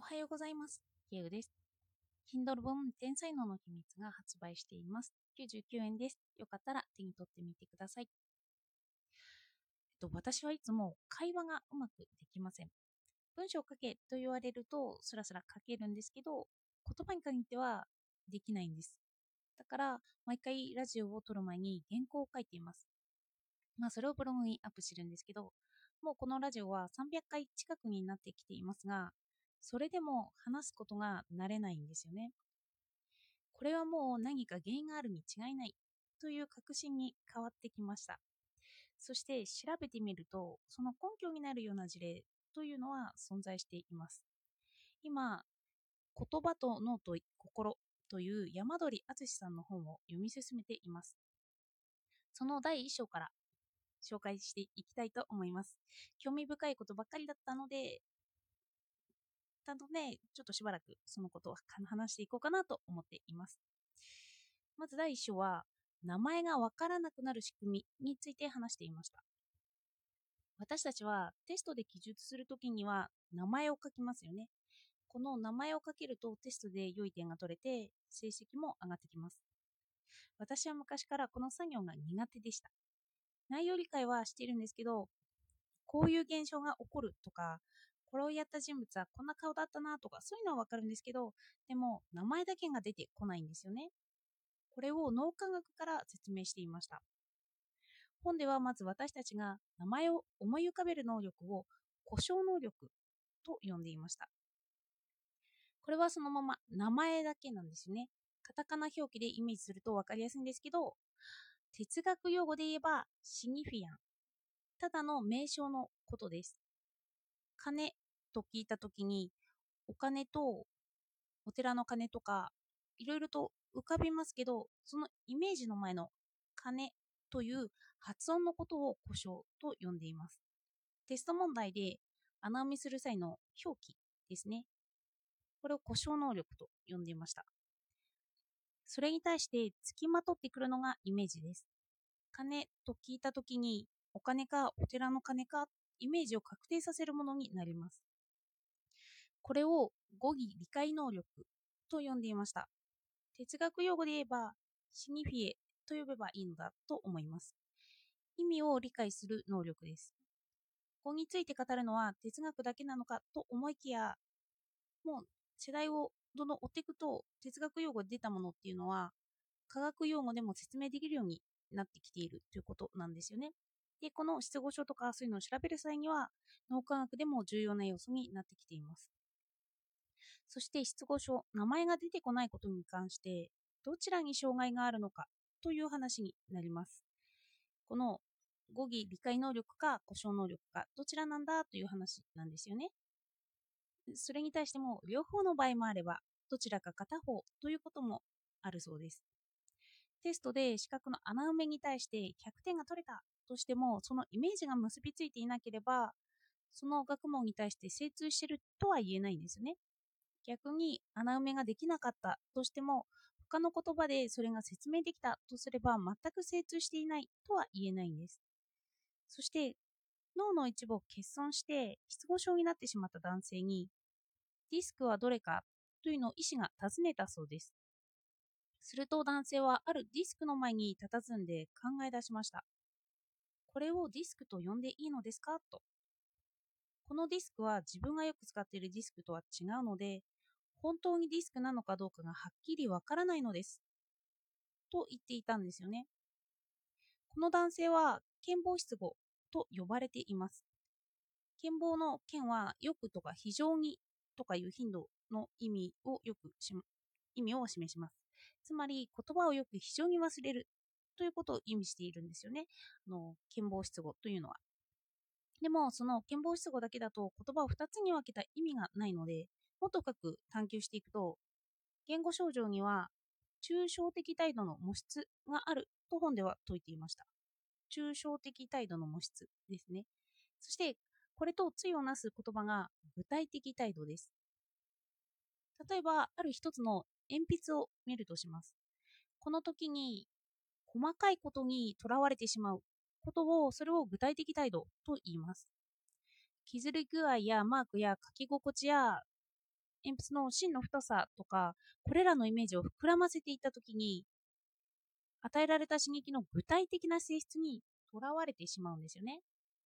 はようございます。ケウです。Kindle 本天才能の秘密が発売しています。99円です。よかったら手に取ってみてください。私はいつも会話がうまくできません。文章を書けと言われるとスラスラ書けるんですけど、言葉に限ってはできないんです。だから毎回ラジオを撮る前に原稿を書いています。それをブログにアップしてるんですけど、もうこのラジオは300回近くになってきていますが、それでも話すことが慣れないんですよね。これはもう何か原因があるに違いないという確信に変わってきました。そして調べてみると、その根拠になるような事例というのは存在しています。今、言葉と脳と心という山鳥敦さんの本を読み進めています。その第1章から紹介していきたいと思います。興味深いことばっかりだったので、ちょっとしばらくそのことを話していこうかなと思っています。まず第1章は、名前がわからなくなる仕組みについて話していました。私たちはテストで記述するときには名前を書きますよね。この名前を書けるとテストで良い点が取れて成績も上がってきます。私は昔からこの作業が苦手でした。内容理解はしているんですけど、こういう現象が起こるとか、これをやった人物はこんな顔だったなとか、そういうのはわかるんですけど、でも名前だけが出てこないんですよね。これを脳科学から説明していました。本ではまず私たちが名前を思い浮かべる能力を呼称能力と呼んでいました。これはそのまま名前だけなんですよね。カタカナ表記でイメージすると分かりやすいんですけど、哲学用語で言えばシニフィアン、ただの名称のことです。金と聞いたときに、お金とお寺の鐘とかいろいろと浮かびますけど、そのイメージの前の鐘という発音のことを呼称と呼んでいます。テスト問題で穴埋めする際の表記ですね。これを呼称能力と呼んでいました。それに対して付きまとってくるのがイメージです。鐘と聞いたときに、お金かお寺の鐘かイメージを確定させるものになります。これを語義理解能力と呼んでいました。哲学用語で言えば、シニフィエと呼べばいいのだと思います。意味を理解する能力です。語について語るのは哲学だけなのかと思いきや、もう世代をどんどん追っていくと、哲学用語で出たものっていうのは、科学用語でも説明できるようになってきているということなんですよね。で、この失語症とかそういうのを調べる際には、脳科学でも重要な要素になってきています。そして失語症、名前が出てこないことに関して、どちらに障害があるのかという話になります。この語義理解能力か呼称能力かどちらなんだという話なんですよね。それに対しても両方の場合もあれば、どちらか片方ということもあるそうです。テストで資格の穴埋めに対して100点が取れたとしても、そのイメージが結びついていなければ、その学問に対して精通しているとは言えないんですよね。逆に穴埋めができなかったとしても、他の言葉でそれが説明できたとすれば全く精通していないとは言えないんです。そして脳の一部を欠損して失語症になってしまった男性に、ディスクはどれかというのを医師が尋ねたそうです。すると男性はあるディスクの前に佇んで考え出しました。これをディスクと呼んでいいのですかと。このディスクは自分がよく使っているディスクとは違うので、本当にディスクなのかどうかがはっきりわからないのです。と言っていたんですよね。この男性は健忘失語と呼ばれています。健忘の健はよくとか非常にとかいう頻度の意味を示します。つまり言葉をよく非常に忘れるということを意味しているんですよね。健忘失語というのは。でもその健忘失語だけだと言葉を2つに分けた意味がないので、もっと深く探求していくと、言語症状には抽象的態度の模質があると本では説いていました。抽象的態度の模質ですね。そしてこれと対をなす言葉が具体的態度です。例えばある一つの鉛筆を見るとします。この時に細かいことにとらわれてしまうことを、それを具体的態度と言います。削り具合やマークや書き心地や鉛筆の芯の太さとか、これらのイメージを膨らませていったときに、与えられた刺激の具体的な性質にとらわれてしまうんですよね。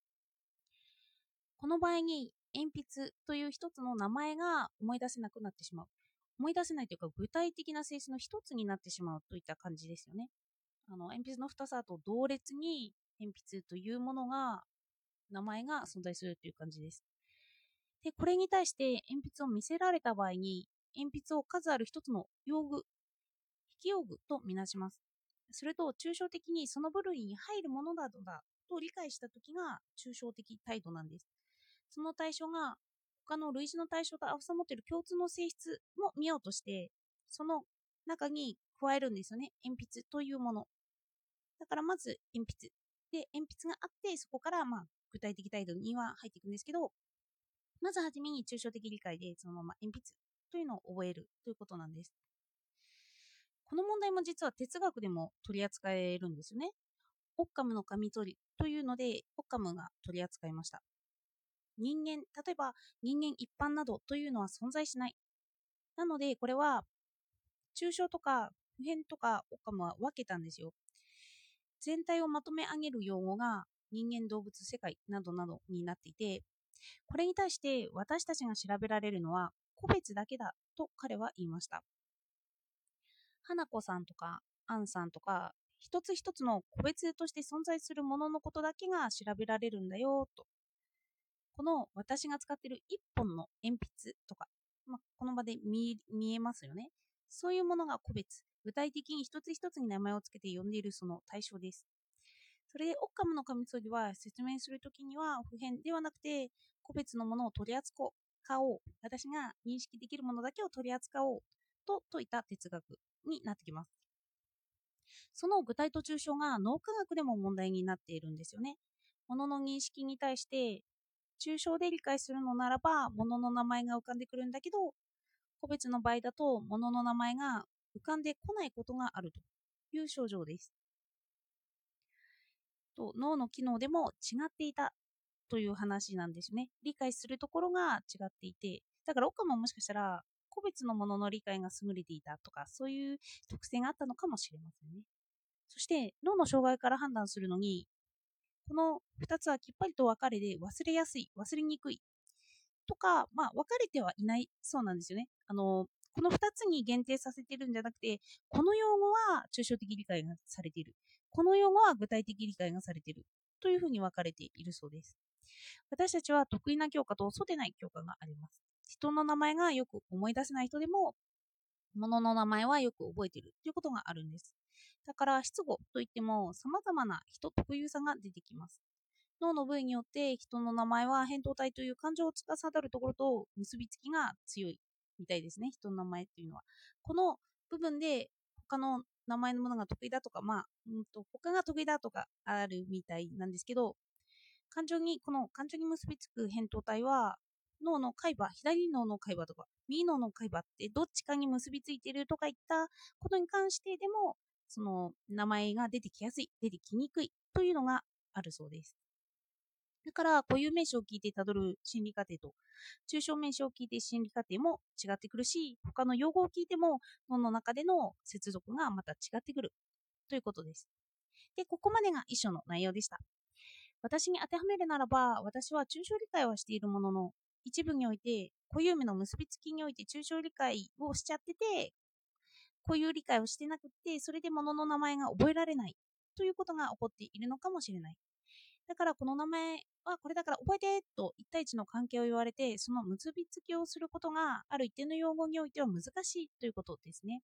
この場合に鉛筆という一つの名前が思い出せなくなってしまう。思い出せないというか具体的な性質の一つになってしまうといった感じですよね。鉛筆の太さと同列に鉛筆というものが名前が存在するという感じです。で、これに対して鉛筆を見せられた場合に鉛筆を数ある一つの用具、引用具とみなします。それと抽象的にその部類に入るものなどだと理解したときが抽象的態度なんです。その対象が他の類似の対象と合わさ持っている共通の性質も見ようとして、その中に加えるんですよね。鉛筆というもの。だからまず鉛筆。で、鉛筆があって、そこから具体的態度には入っていくんですけど、まずはじめに抽象的理解でそのまま鉛筆というのを覚えるということなんです。この問題も実は哲学でも取り扱えるんですよね。オッカムの紙取りというので、オッカムが取り扱いました。人間、例えば人間一般などというのは存在しない。なので、これは抽象とか普遍とかオッカムは分けたんですよ。全体をまとめ上げる用語が人間、動物、世界などなどになっていて、これに対して私たちが調べられるのは個別だけだと彼は言いました。花子さんとかアンさんとか、一つ一つの個別として存在するもののことだけが調べられるんだよと。この私が使っている一本の鉛筆とか、この場で見えますよね。そういうものが個別、具体的に一つ一つに名前をつけて呼んでいるその対象です。それでオッカムのカミソリは説明するときには普遍ではなくて個別のものを取り扱おう、私が認識できるものだけを取り扱おうと説いた哲学になってきます。その具体と抽象が脳科学でも問題になっているんですよね。物の認識に対して抽象で理解するのならば物の名前が浮かんでくるんだけど、個別の場合だと物の名前が浮かんでこないことがあるという症状です。と脳の機能でも違っていたという話なんですね。理解するところが違っていて、だからオカももしかしたら個別のものの理解が優れていたとか、そういう特性があったのかもしれませんね。そして脳の障害から判断するのに、この2つはきっぱりと分かれで忘れやすい、忘れにくいとか、分かれてはいないそうなんですよね。この2つに限定させてるんじゃなくて、この用語は抽象的理解がされている。この用語は具体的理解がされている。というふうに分かれているそうです。私たちは得意な教科とそうでない教科があります。人の名前がよく思い出せない人でも、物の名前はよく覚えているということがあるんです。だから、失語といっても様々な人特有さが出てきます。脳の部位によって人の名前は扁桃体という感情を司るところと結びつきが強いみたいですね。人の名前っていうのは。この部分で他の名前のものが得意だとか、他が得意だとかあるみたいなんですけど、この感情に結びつく扁桃体は脳の海馬、左脳の海馬とか右脳の海馬ってどっちかに結びついているとかいったことに関してでも、その名前が出てきやすい、出てきにくいというのがあるそうです。だから、固有名詞を聞いてたどる心理過程と、抽象名詞を聞いて心理過程も違ってくるし、他の用語を聞いても脳の中での接続がまた違ってくるということです。で、ここまでが一章の内容でした。私に当てはめるならば、私は抽象理解はしているものの、一部において固有名の結びつきにおいて抽象理解をしちゃってて、固有理解をしてなくて、それで物の名前が覚えられないということが起こっているのかもしれない。だからこの名前はこれだから覚えてと1対1の関係を言われて、その結びつきをすることがある一定の用語においては難しいということですね。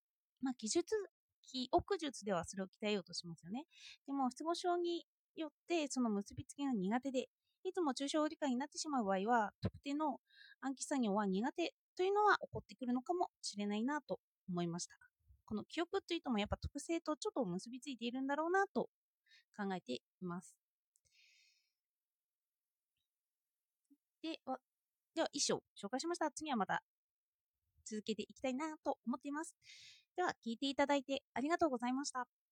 記憶術ではそれを鍛えようとしますよね。でも、失語症によってその結びつきが苦手で、いつも抽象理解になってしまう場合は、特定の暗記作業は苦手というのは起こってくるのかもしれないなと思いました。この記憶といってもやっぱ特性とちょっと結びついているんだろうなと考えています。では、一章紹介しました。次はまた続けていきたいなと思っています。では、聞いていただいてありがとうございました。